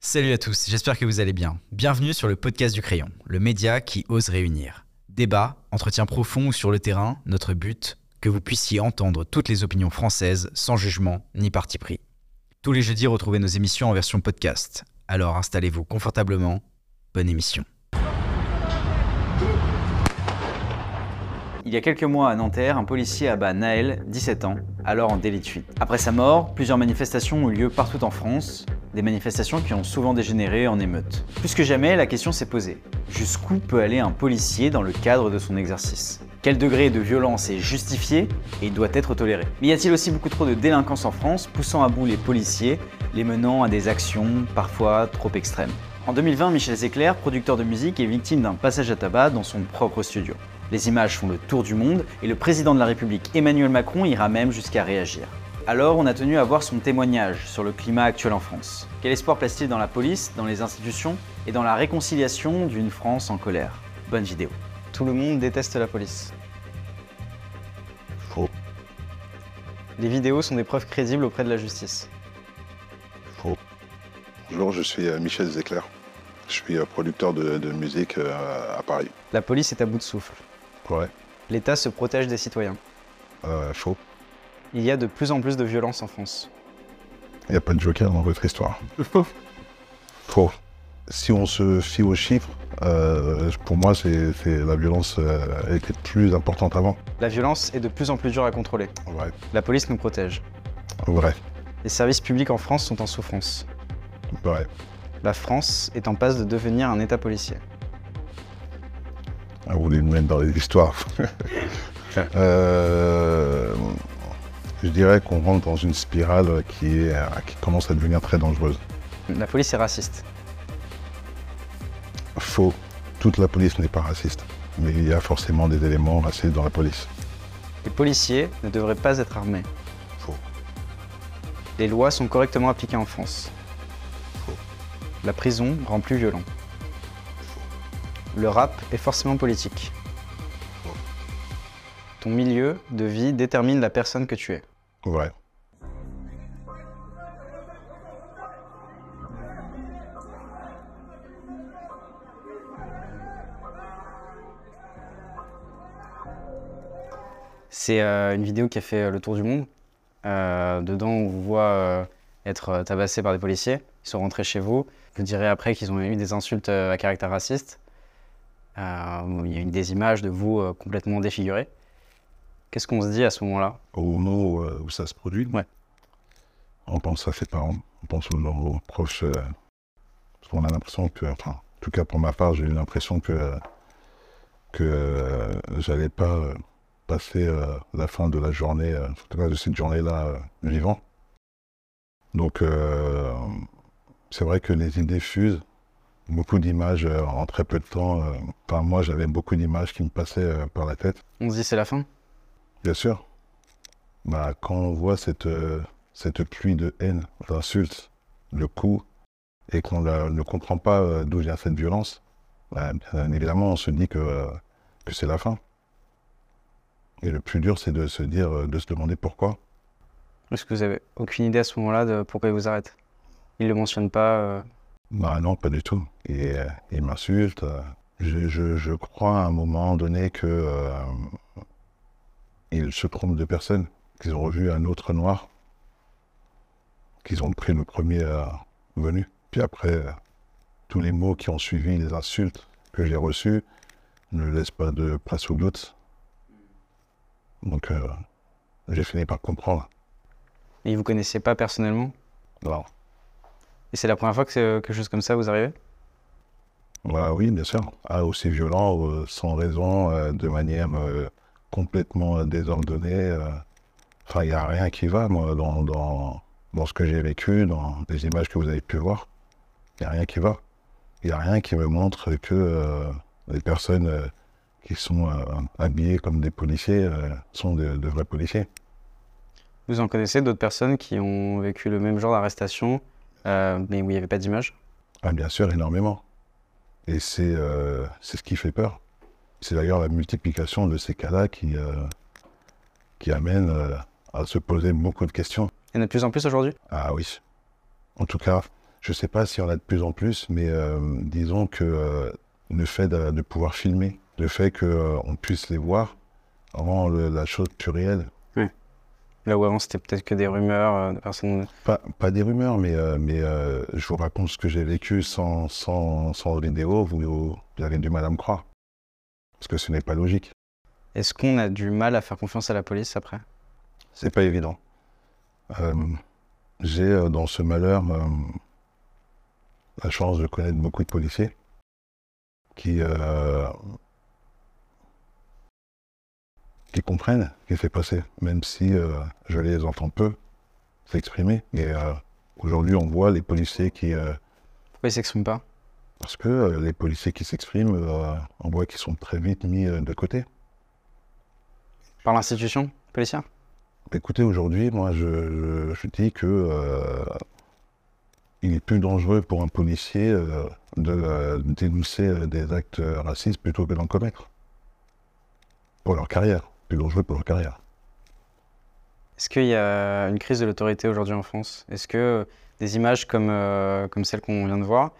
Salut à tous, j'espère que vous allez bien. Bienvenue sur le podcast du Crayon, le média qui ose réunir. Débat, entretien profond ou sur le terrain, notre but, que vous puissiez entendre toutes les opinions françaises sans jugement ni parti pris. Tous les jeudis, retrouvez nos émissions en version podcast. Alors installez-vous confortablement, bonne émission. Il y a quelques mois à Nanterre, un policier abat Naël, 17 ans, alors en délit de fuite. Après sa mort, plusieurs manifestations ont eu lieu partout en France, des manifestations qui ont souvent dégénéré en émeutes. Plus que jamais, la question s'est posée. Jusqu'où peut aller un policier dans le cadre de son exercice ? Quel degré de violence est justifié et doit être toléré ? Mais y a-t-il aussi beaucoup trop de délinquance en France, poussant à bout les policiers, les menant à des actions parfois trop extrêmes ? En 2020, Michel Zecler, producteur de musique, est victime d'un passage à tabac dans son propre studio. Les images font le tour du monde et le président de la République Emmanuel Macron ira même jusqu'à réagir. Alors on a tenu à voir son témoignage sur le climat actuel en France. Quel espoir place-t-il dans la police, dans les institutions et dans la réconciliation d'une France en colère ? Bonne vidéo. Tout le monde déteste la police. Faux. Les vidéos sont des preuves crédibles auprès de la justice. Faux. Bonjour, je suis Michel Zecler. Je suis producteur de musique à Paris. La police est à bout de souffle. Ouais. L'État se protège des citoyens. Faux. Il y a de plus en plus de violence en France. Il n'y a pas de joker dans votre histoire. Faux. Si on se fie aux chiffres, pour moi, c'est la violence était plus importante avant. La violence est de plus en plus dure à contrôler. Ouais. La police nous protège. Vrai. Les services publics en France sont en souffrance. Vrai. La France est en passe de devenir un État policier. Vous voulez nous mettre dans les histoires. Je dirais qu'on rentre dans une spirale qui commence à devenir très dangereuse. La police est raciste. Faux. Toute la police n'est pas raciste. Mais il y a forcément des éléments racistes dans la police. Les policiers ne devraient pas être armés. Faux. Les lois sont correctement appliquées en France. Faux. La prison rend plus violent. Le rap est forcément politique. Faux. Ton milieu de vie détermine la personne que tu es. Vrai. C'est une vidéo qui a fait le tour du monde. Dedans, on vous voit être tabassé par des policiers. Ils sont rentrés chez vous. Vous direz après qu'ils ont eu des insultes à caractère raciste. Il y a des images de vous complètement défigurés. Qu'est-ce qu'on se dit à ce moment-là ? Au moment où ça se produit, Ouais. On pense à ses parents, on pense aux proches. Parce qu'on a l'impression que, enfin, en tout cas pour ma part, j'ai eu l'impression que j'allais pas passer la fin de la journée, en tout cas de cette journée-là, vivant. Donc c'est vrai que les idées fusent, beaucoup d'images en très peu de temps. Enfin, moi, j'avais beaucoup d'images qui me passaient par la tête. On se dit c'est la fin ? Bien sûr. Bah, quand on voit cette pluie de haine, d'insultes, de coups, et qu'on ne comprend pas d'où vient cette violence, bah, bien évidemment, on se dit que c'est la fin. Et le plus dur, c'est de se demander pourquoi. Est-ce que vous avez aucune idée à ce moment-là de pourquoi ils vous arrêtent ? Ils ne le mentionnent pas Bah non, pas du tout. Et il m'insulte. Je crois à un moment donné que ils se trompent de personne, qu'ils ont revu un autre noir, qu'ils ont pris le premier venu. Puis après, tous les mots qui ont suivi, les insultes que j'ai reçues, ne laissent pas de place au doute. Donc j'ai fini par comprendre. et ils ne vous connaissaient pas personnellement ? Non. Et c'est la première fois que quelque chose comme ça vous arrive ? Bah oui, bien sûr. Aussi violent, sans raison, de manière complètement désordonnée. Enfin, il n'y a rien qui va, moi, dans ce que j'ai vécu, dans les images que vous avez pu voir. Il n'y a rien qui va. Il n'y a rien qui me montre que les personnes qui sont habillées comme des policiers sont de vrais policiers. Vous en connaissez d'autres personnes qui ont vécu le même genre d'arrestation, mais où il n'y avait pas d'image ? Ah, bien sûr, énormément. Et c'est ce qui fait peur. C'est d'ailleurs la multiplication de ces cas-là qui amène à se poser beaucoup de questions. Il y en a de plus en plus aujourd'hui ? Ah oui. En tout cas, Je ne sais pas s'il y en a de plus en plus, mais disons que le fait de pouvoir filmer, le fait qu'on puisse les voir, rend la chose plus réelle. Oui. Là où avant, c'était peut-être que des rumeurs de personnes... Pas des rumeurs, mais je vous raconte ce que j'ai vécu sans vidéo, vous avez du mal à me croire. Parce que ce n'est pas logique. Est-ce qu'on a du mal à faire confiance à la police après? C'est pas évident. J'ai dans ce malheur la chance de connaître beaucoup de policiers qui comprennent ce qui s'est passé, même si je les entends peu s'exprimer. Et aujourd'hui, on voit les policiers qui... Pourquoi ils s'expriment pas? Parce que les policiers qui s'expriment, on voit qu'ils sont très vite mis de côté. Par l'institution policière? Écoutez, aujourd'hui, moi, je dis que il est plus dangereux pour un policier de dénoncer des actes racistes plutôt que d'en commettre. Pour leur carrière. Plus dangereux pour leur carrière. Est-ce qu'il y a une crise de l'autorité aujourd'hui en France? Est-ce que des images comme celle qu'on vient de voir,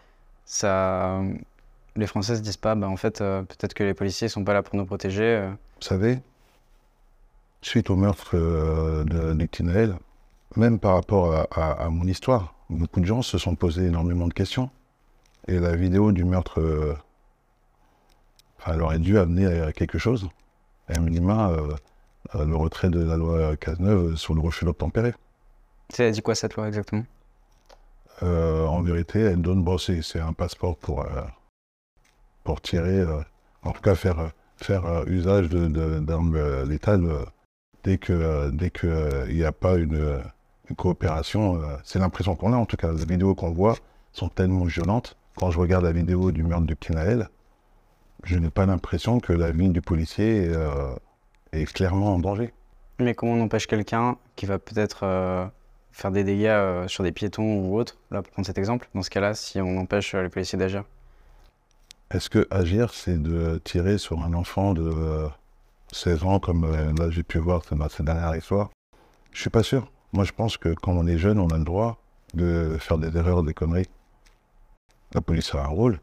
les Français se disent pas, en fait, peut-être que les policiers sont pas là pour nous protéger Vous savez, suite au meurtre de Tinaël, même par rapport à mon histoire, beaucoup de gens se sont posés énormément de questions. Et la vidéo du meurtre, elle aurait dû amener à quelque chose. Et à minima, le retrait de la loi Cazeneuve sur le refus d'obtempérer. Elle dit quoi cette loi exactement? En vérité, elle donne, c'est un passeport pour tirer, en tout cas faire usage d'armes létales dès que n'y a pas une coopération. C'est l'impression qu'on a en tout cas. Les vidéos qu'on voit sont tellement violentes. Quand je regarde la vidéo du meurtre de Tinaël, je n'ai pas l'impression que la vie du policier est clairement en danger. Mais comment on empêche quelqu'un qui va peut-être faire des dégâts sur des piétons ou autres, là pour prendre cet exemple, dans ce cas-là, si on empêche les policiers d'agir? Est-ce que agir, c'est de tirer sur un enfant de 16 ans, comme là j'ai pu voir cette dernière histoire? Je suis pas sûr. Moi je pense que quand on est jeune, on a le droit de faire des erreurs, des conneries. La police a un rôle.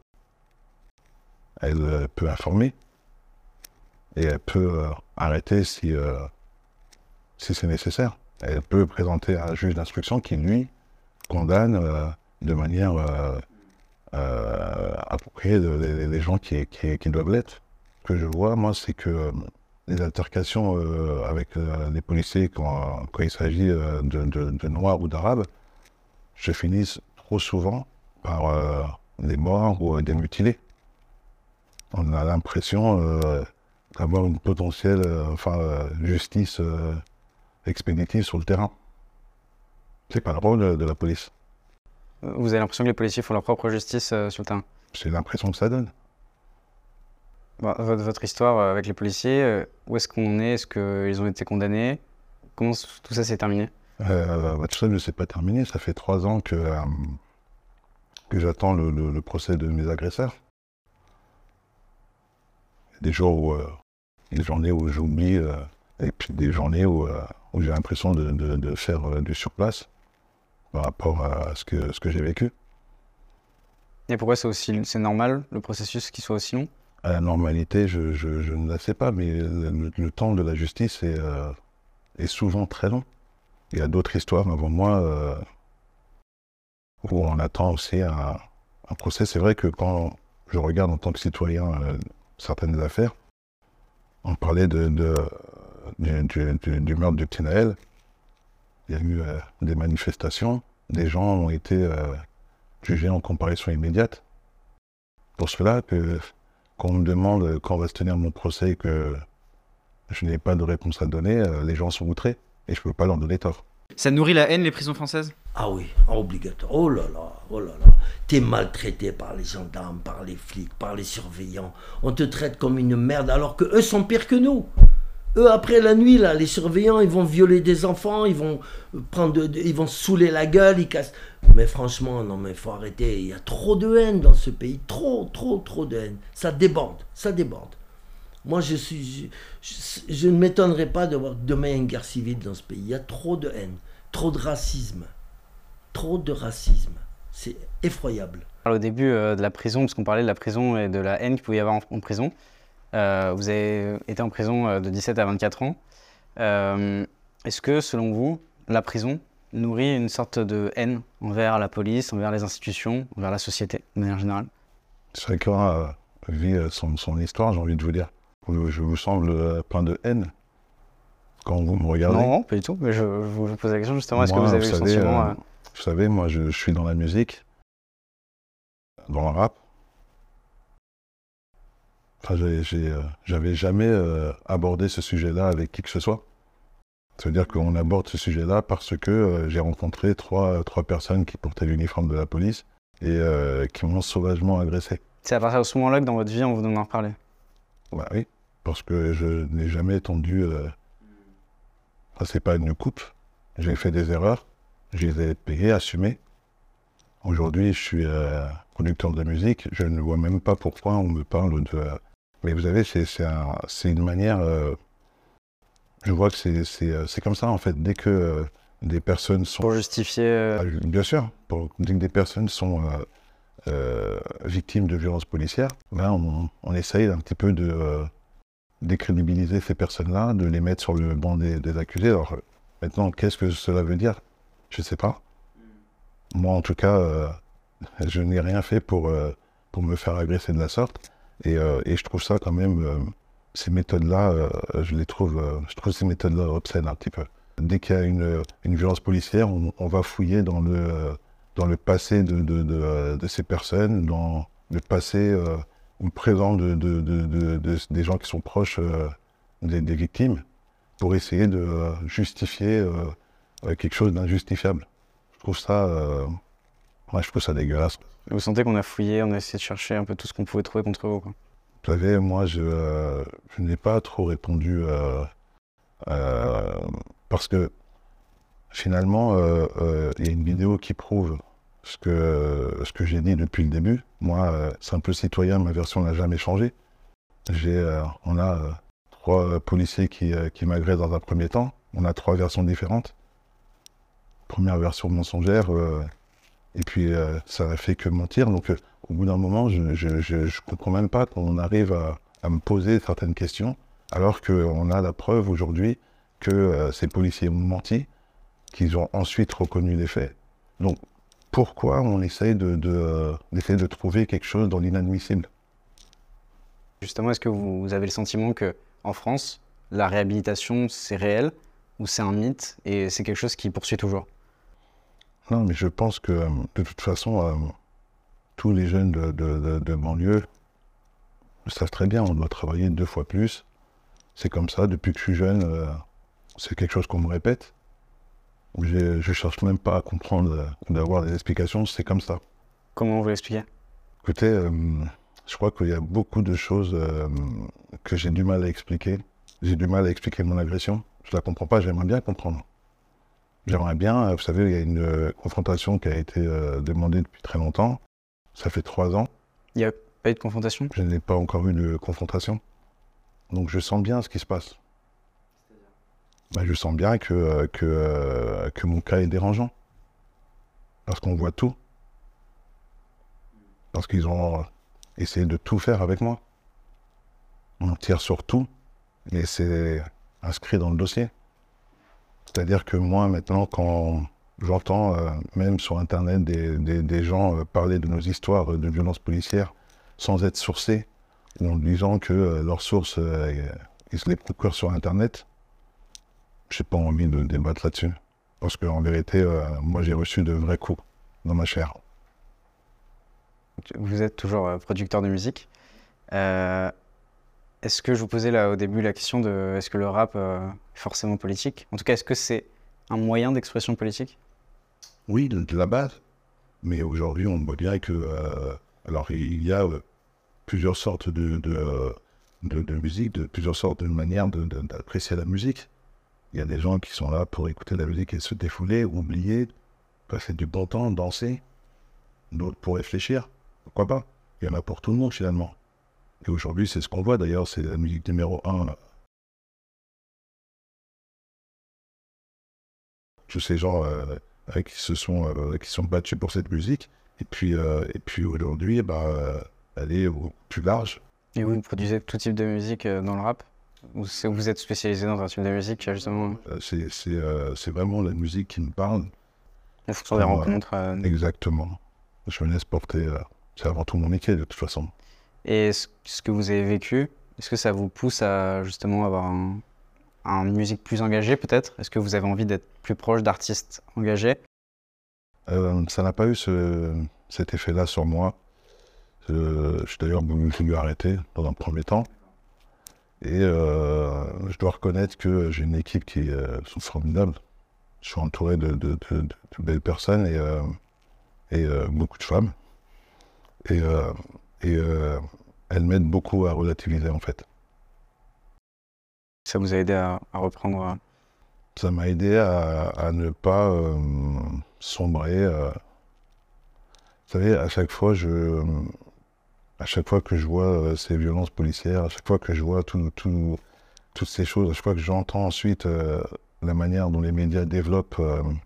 Elle peut informer. Et elle peut arrêter si c'est nécessaire. Elle peut présenter un juge d'instruction qui, lui, condamne de manière appropriée les gens qui doivent l'être. Ce que je vois, moi, c'est que les altercations avec les policiers, quand il s'agit de Noirs ou d'Arabes, se finissent trop souvent par des morts ou des mutilés. On a l'impression d'avoir une potentielle justice expéditive sur le terrain. C'est pas le rôle de la police. Vous avez l'impression que les policiers font leur propre justice sur le terrain? C'est l'impression que ça donne. Votre histoire avec les policiers, où est-ce qu'on est? Est-ce qu'ils ont été condamnés? Comment tout ça s'est terminé? Tout ça ne s'est pas terminé. Ça fait 3 ans que j'attends le procès de mes agresseurs. Des jours où, des journées où j'oublie, et puis des journées où j'ai l'impression de faire du surplace par rapport à ce que j'ai vécu. Et pourquoi c'est normal, le processus, qui soit aussi long? À la normalité, je ne la sais pas, mais le temps de la justice est souvent très long. Il y a d'autres histoires avant moi où on attend aussi un procès. C'est vrai que quand je regarde en tant que citoyen certaines affaires, on parlait du meurtre de Tinaël. Il y a eu des manifestations, des gens ont été jugés en comparution immédiate. Pour cela, quand on me demande quand va se tenir mon procès et que je n'ai pas de réponse à donner, les gens sont outrés et je ne peux pas leur donner tort. Ça nourrit la haine, les prisons françaises? Ah oui, obligatoire. Oh là là, oh là là. T'es maltraité par les gendarmes, par les flics, par les surveillants. On te traite comme une merde alors que eux sont pires que nous. Eux, après la nuit, là, les surveillants, ils vont violer des enfants, ils vont saouler la gueule, ils cassent. Mais franchement, non, mais il faut arrêter. Il y a trop de haine dans ce pays. Trop de haine. Ça déborde, ça déborde. Moi, je ne m'étonnerais pas de voir demain une guerre civile dans ce pays. Il y a trop de haine, trop de racisme. Trop de racisme. C'est effroyable. Au début de la prison, parce qu'on parlait de la prison et de la haine qu'il pouvait y avoir en prison, vous avez été en prison de 17 à 24 ans. Est-ce que, selon vous, la prison nourrit une sorte de haine envers la police, envers les institutions, envers la société, de manière générale? Chacun vit son histoire, j'ai envie de vous dire. Je vous semble plein de haine quand vous me regardez. Non, pas du tout. Mais je vous pose la question justement, est-ce que Moi, vous avez vous le savez, sentiment... Vous savez, moi, je suis dans la musique, dans le rap. Enfin, j'avais jamais abordé ce sujet-là avec qui que ce soit. C'est-à-dire qu'on aborde ce sujet-là parce que j'ai rencontré trois personnes qui portaient l'uniforme de la police et qui m'ont sauvagement agressé. C'est à partir de ce moment-là que dans votre vie, on vous en a reparlé? Bah oui, parce que je n'ai jamais tendu... Enfin, c'est pas une coupe. J'ai fait des erreurs, je les ai payées, assumées. Aujourd'hui, je suis producteur de musique, je ne vois même pas pourquoi on me parle de... Mais vous savez, c'est une manière... Je vois que c'est comme ça, en fait. Dès que des personnes sont... Pour justifier... Bien sûr, dès que des personnes sont victimes de violences policières, ben on essaye un petit peu de décrédibiliser ces personnes-là, de les mettre sur le banc des accusés. Alors maintenant, qu'est-ce que cela veut dire? Je ne sais pas. Moi, en tout cas, je n'ai rien fait pour me faire agresser de la sorte. Et je trouve ça quand même... ces méthodes-là, je trouve ces méthodes-là obscènes un petit peu. Dès qu'il y a une violence policière, on va fouiller dans le passé de ces personnes, dans le passé ou le présent des gens qui sont proches des victimes, pour essayer de justifier quelque chose d'injustifiable. Je trouve ça dégueulasse. Vous sentez qu'on a fouillé, on a essayé de chercher un peu tout ce qu'on pouvait trouver contre vous, quoi? Vous savez, moi, je n'ai pas trop répondu parce que finalement, il y a une vidéo qui prouve ce que j'ai dit depuis le début. Moi, simple citoyen, ma version n'a jamais changé. On a 3 policiers qui m'agressent dans un premier temps. On a 3 versions différentes. Première version mensongère, et puis ça n'a fait que mentir. Donc, au bout d'un moment, je ne comprends même pas qu'on arrive à me poser certaines questions, alors qu'on a la preuve aujourd'hui que ces policiers ont menti, qu'ils ont ensuite reconnu les faits. Donc, pourquoi on essaye d'essayer de trouver quelque chose dans l'inadmissible? Justement, est-ce que vous avez le sentiment qu'en France, la réhabilitation, c'est réel, ou c'est un mythe, et c'est quelque chose qui poursuit toujours? Non, mais je pense que, de toute façon, tous les jeunes de banlieue le savent très bien, on doit travailler 2 fois plus. C'est comme ça, depuis que je suis jeune, c'est quelque chose qu'on me répète. Je cherche même pas à comprendre, d'avoir des explications, c'est comme ça. Comment vous l'expliquez? Écoutez, je crois qu'il y a beaucoup de choses que j'ai du mal à expliquer. J'ai du mal à expliquer mon agression. Je la comprends pas, j'aimerais bien comprendre. J'aimerais bien, vous savez, il y a une confrontation qui a été demandée depuis très longtemps. Ça fait 3 ans. Il n'y a pas eu de confrontation? Je n'ai pas encore eu de confrontation. Donc je sens bien ce qui se passe. Ben, je sens bien que mon cas est dérangeant. Parce qu'on voit tout. Parce qu'ils ont essayé de tout faire avec moi. On tire sur tout, mais c'est inscrit dans le dossier. C'est-à-dire que moi, maintenant, quand j'entends, même sur Internet, des gens parler de nos histoires de violences policières sans être sourcés, ou en disant que leurs sources, ils se les procurent sur Internet, j'ai pas envie de débattre là-dessus. Parce qu'en vérité, moi, j'ai reçu de vrais coups dans ma chair. Vous êtes toujours producteur de musique. Est-ce que je vous posais là au début la question de est-ce que le rap est forcément politique? En tout cas, est-ce que c'est un moyen d'expression politique? Oui, de la base. Mais aujourd'hui, on voit bien que... alors, il y a plusieurs sortes de musique, plusieurs sortes de manières d'apprécier la musique. Il y a des gens qui sont là pour écouter la musique et se défouler, oublier, passer du bon temps, danser. D'autres pour réfléchir. Pourquoi pas? Il y en a pour tout le monde, finalement. Et aujourd'hui, c'est ce qu'on voit, d'ailleurs, c'est la musique numéro 1. Tous ces gens qui se sont battus pour cette musique, Et puis aujourd'hui, elle est au plus large. Et vous produisez tout type de musique dans le rap? Ou vous êtes spécialisé dans un type de musique justement C'est vraiment la musique qui me parle. en fonction des rencontres? Exactement. Je me laisse porter. C'est avant tout mon métier de toute façon. Et ce que vous avez vécu, est-ce que ça vous pousse à justement avoir une musique plus engagée peut-être? Est-ce que vous avez envie d'être plus proche d'artistes engagés? Ça n'a pas eu cet effet-là sur moi. Je suis d'ailleurs voulu arrêter dans un premier temps. Et je dois reconnaître que j'ai une équipe qui sont formidables. Je suis entouré de belles personnes et beaucoup de femmes. Et elles m'aident beaucoup à relativiser en fait. Ça vous a aidé à reprendre? Ça m'a aidé à ne pas sombrer. Vous savez, à chaque fois que je vois ces violences policières, à chaque fois que je vois toutes ces choses, à chaque fois que j'entends ensuite la manière dont les médias développent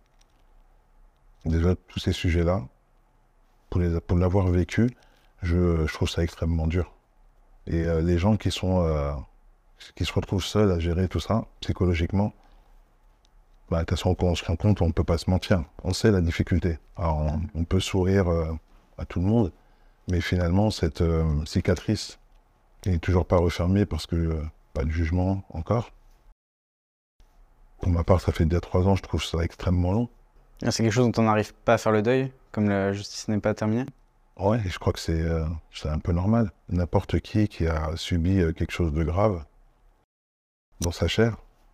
tous ces sujets-là, pour l'avoir vécu, je trouve ça extrêmement dur. Et les gens qui se retrouvent seuls à gérer tout ça, psychologiquement, de toute façon, quand on se rend compte, on ne peut pas se mentir. On sait la difficulté. Alors, on peut sourire à tout le monde, mais finalement, cette cicatrice n'est toujours pas refermée parce que pas de jugement encore. Pour ma part, ça fait déjà 3 ans, je trouve ça extrêmement long. C'est quelque chose dont on n'arrive pas à faire le deuil, comme la justice n'est pas terminée? Ouais, et je crois que c'est un peu normal. N'importe qui a subi quelque chose de grave dans sa chair,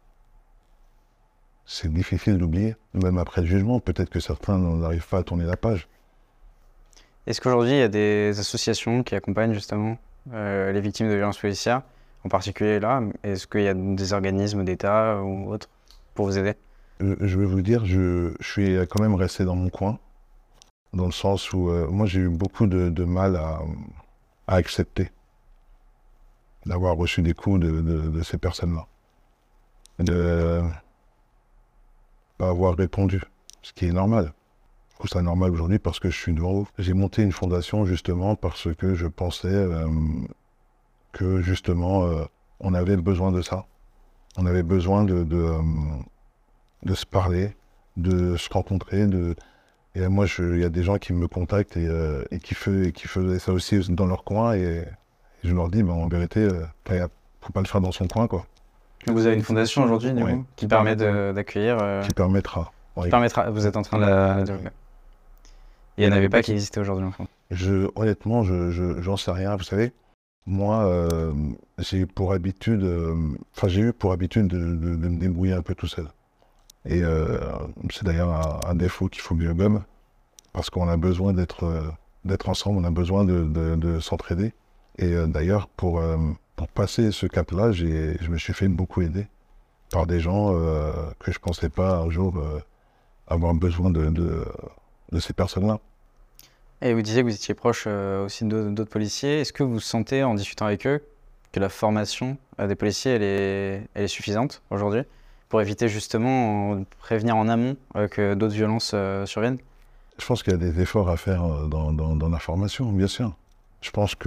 c'est difficile d'oublier. Même après le jugement, peut-être que certains n'arrivent pas à tourner la page. Est-ce qu'aujourd'hui, il y a des associations qui accompagnent justement les victimes de violences policières, en particulier là? Est-ce qu'il y a des organismes d'État ou autres pour vous aider? Je vais vous dire, je suis quand même resté dans mon coin, dans le sens où moi j'ai eu beaucoup de mal à accepter d'avoir reçu des coups de ces personnes-là. De pas avoir répondu, ce qui est normal. Je trouve ça normal aujourd'hui parce que je suis devant vous. J'ai monté une fondation justement parce que je pensais que justement on avait besoin de ça. On avait besoin de se parler, de se rencontrer. Et moi, il y a des gens qui me contactent et qui faisaient ça aussi dans leur coin. Et je leur dis, en vérité, il ne faut pas le faire dans son coin, quoi. Vous avez une fondation aujourd'hui, du coup, qui permet d'accueillir... Qui permettra. Qui permettra, vous êtes en train de la développer. Il n'y en avait pas qui existait aujourd'hui en France. Honnêtement, j'en sais rien. Vous savez, moi, j'ai eu pour habitude de me débrouiller un peu tout seul. Et c'est d'ailleurs un défaut qu'il faut que je gomme, parce qu'on a besoin d'être ensemble, on a besoin de s'entraider. Et d'ailleurs, pour passer ce cap-là, je me suis fait beaucoup aider par des gens que je ne pensais pas un jour avoir besoin de ces personnes-là. Et vous disiez que vous étiez proche aussi d'autres policiers. Est-ce que vous sentez, en discutant avec eux, que la formation des policiers, elle est suffisante aujourd'hui pour éviter justement, prévenir en amont que d'autres violences surviennent? Je pense qu'il y a des efforts à faire dans la formation, bien sûr. Je pense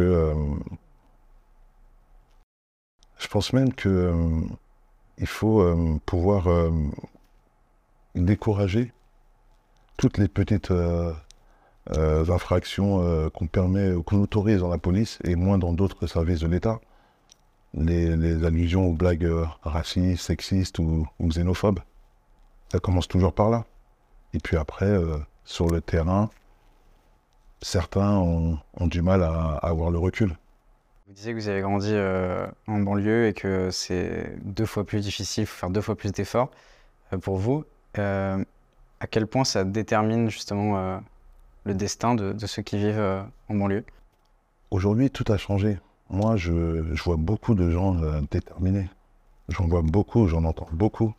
même que il faut pouvoir décourager toutes les petites infractions qu'on autorise dans la police et moins dans d'autres services de l'État. Les allusions aux blagues racistes, sexistes ou xénophobes. Ça commence toujours par là. Et puis après, sur le terrain, certains ont du mal à avoir le recul. Vous disiez que vous avez grandi en banlieue et que c'est 2 fois plus difficile, il faut faire 2 fois plus d'efforts pour vous. À quel point ça détermine justement le destin de ceux qui vivent en banlieue? Aujourd'hui, tout a changé. Moi, je vois beaucoup de gens déterminés. J'en vois beaucoup, j'en entends beaucoup.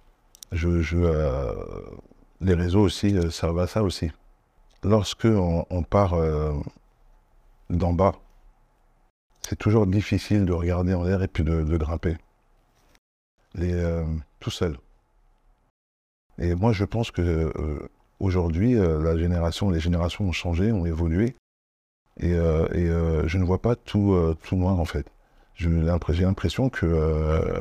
Les réseaux aussi servent à ça aussi. Lorsque on part d'en bas, c'est toujours difficile de regarder en l'air et puis de grimper. Tout seul. Et moi, je pense que aujourd'hui, les générations ont changé, ont évolué, et je ne vois pas tout noir en fait. J'ai l'impression que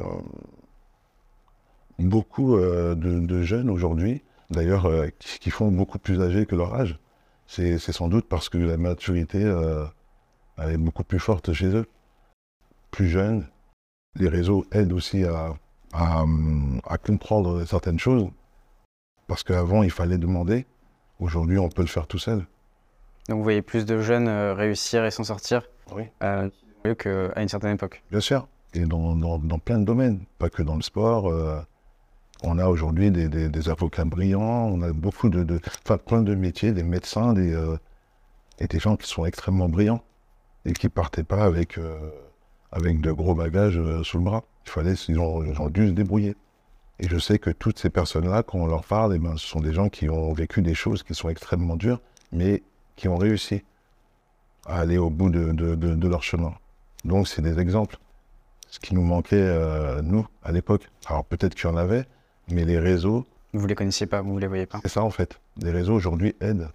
beaucoup de jeunes aujourd'hui, d'ailleurs, qui font beaucoup plus âgés que leur âge, c'est sans doute parce que la maturité elle est beaucoup plus forte chez eux. Plus jeunes, les réseaux aident aussi à comprendre certaines choses, parce qu'avant, il fallait demander. Aujourd'hui, on peut le faire tout seul. Donc vous voyez plus de jeunes réussir et s'en sortir Oui. mieux qu'à une certaine époque. Bien sûr. Et dans plein de domaines, pas que dans le sport. On a aujourd'hui des avocats brillants, on a beaucoup plein de métiers, des médecins, et des gens qui sont extrêmement brillants et qui partaient pas avec de gros bagages sous le bras. Ils ont dû se débrouiller. Et je sais que toutes ces personnes-là, quand on leur parle, ce sont des gens qui ont vécu des choses qui sont extrêmement dures, mais qui ont réussi à aller au bout de leur chemin. Donc c'est des exemples. Ce qui nous manquait, nous, à l'époque. Alors peut-être qu'il y en avait, mais les réseaux... Vous les connaissiez pas, vous les voyez pas. C'est ça en fait. Les réseaux aujourd'hui aident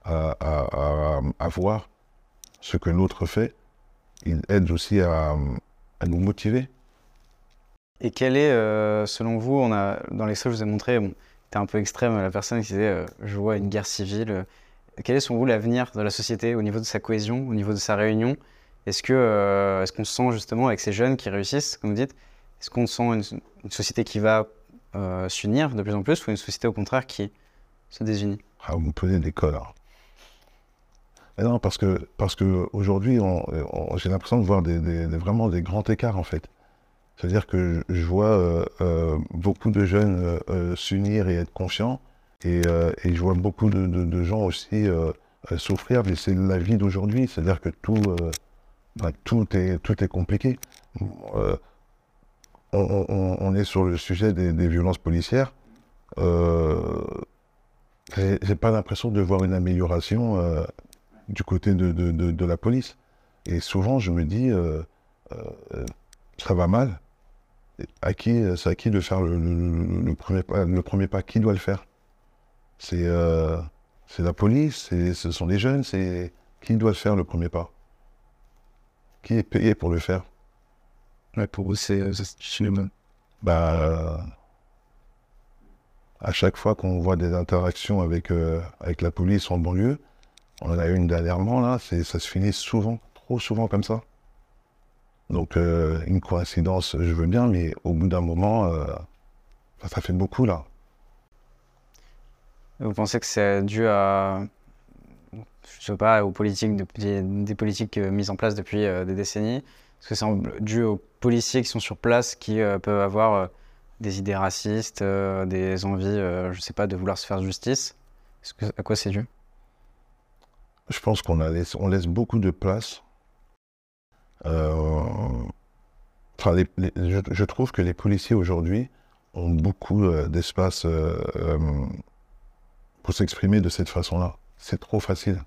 à voir ce que l'autre fait. Ils aident aussi à nous motiver. Et quel est, selon vous, dans l'extrait que je vous ai montré, bon, c'était un peu extrême, la personne qui disait je vois une guerre civile. Quel est, selon vous, l'avenir de la société au niveau de sa cohésion, au niveau de sa réunion? Est-ce qu'on sent justement avec ces jeunes qui réussissent, comme vous dites, est-ce qu'on sent une société qui va s'unir de plus en plus, ou une société au contraire qui se désunit? Ah, vous me posez des cols. Non, parce que aujourd'hui, j'ai l'impression de voir vraiment des grands écarts en fait. C'est-à-dire que je vois beaucoup de jeunes s'unir et être conscients, et je vois beaucoup de gens aussi souffrir, mais c'est la vie d'aujourd'hui, c'est-à-dire que tout est compliqué. On est sur le sujet des violences policières. J'ai pas l'impression de voir une amélioration du côté de la police. Et souvent, je me dis, ça va mal. C'est à qui de faire le premier pas? Qui doit le faire? C'est la police, ce sont les jeunes, qui doit faire le premier pas? Qui est payé pour le faire? Ouais, pour vous, c'est les mêmes. À chaque fois qu'on voit des interactions avec la police en banlieue, on en a eu une dernièrement, là, ça se finit souvent, trop souvent comme ça. Donc, une coïncidence, je veux bien, mais au bout d'un moment, ça fait beaucoup, là. Vous pensez que c'est dû à, je sais pas, aux politiques, des politiques mises en place depuis des décennies? Est-ce que c'est dû aux policiers qui sont sur place qui peuvent avoir des idées racistes, des envies, je sais pas, de vouloir se faire justice? À quoi c'est dû? Je pense qu'on laisse beaucoup de place. Je trouve que les policiers aujourd'hui ont beaucoup d'espace pour s'exprimer de cette façon-là. C'est trop facile.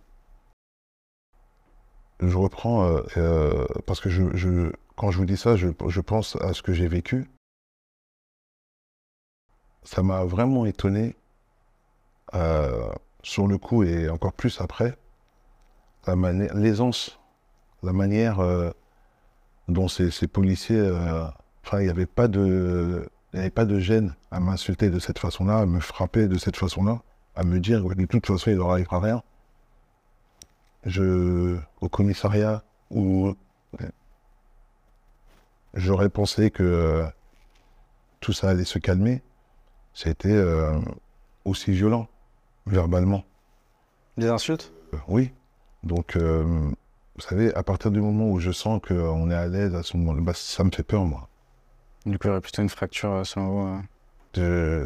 Je reprends, parce que quand je vous dis ça, je pense à ce que j'ai vécu. Ça m'a vraiment étonné, sur le coup et encore plus après, l'aisance, la manière dont ces policiers, il n'y avait pas de gêne à m'insulter de cette façon-là, à me frapper de cette façon-là, à me dire que de toute façon il ne leur arrivera rien. Au commissariat, où j'aurais pensé que tout ça allait se calmer, c'était aussi violent, verbalement. Des insultes? Oui. Donc, vous savez, à partir du moment où je sens qu'on est à l'aise à ce moment-là, ça me fait peur, moi. Du coup, il y aurait plutôt une fracture, selon vous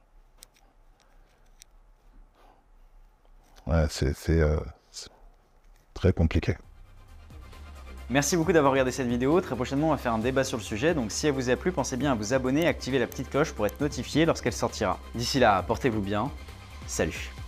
Ouais, c'est très compliqué. Merci beaucoup d'avoir regardé cette vidéo. Très prochainement, on va faire un débat sur le sujet. Donc si elle vous a plu, pensez bien à vous abonner et activer la petite cloche pour être notifié lorsqu'elle sortira. D'ici là, portez-vous bien. Salut!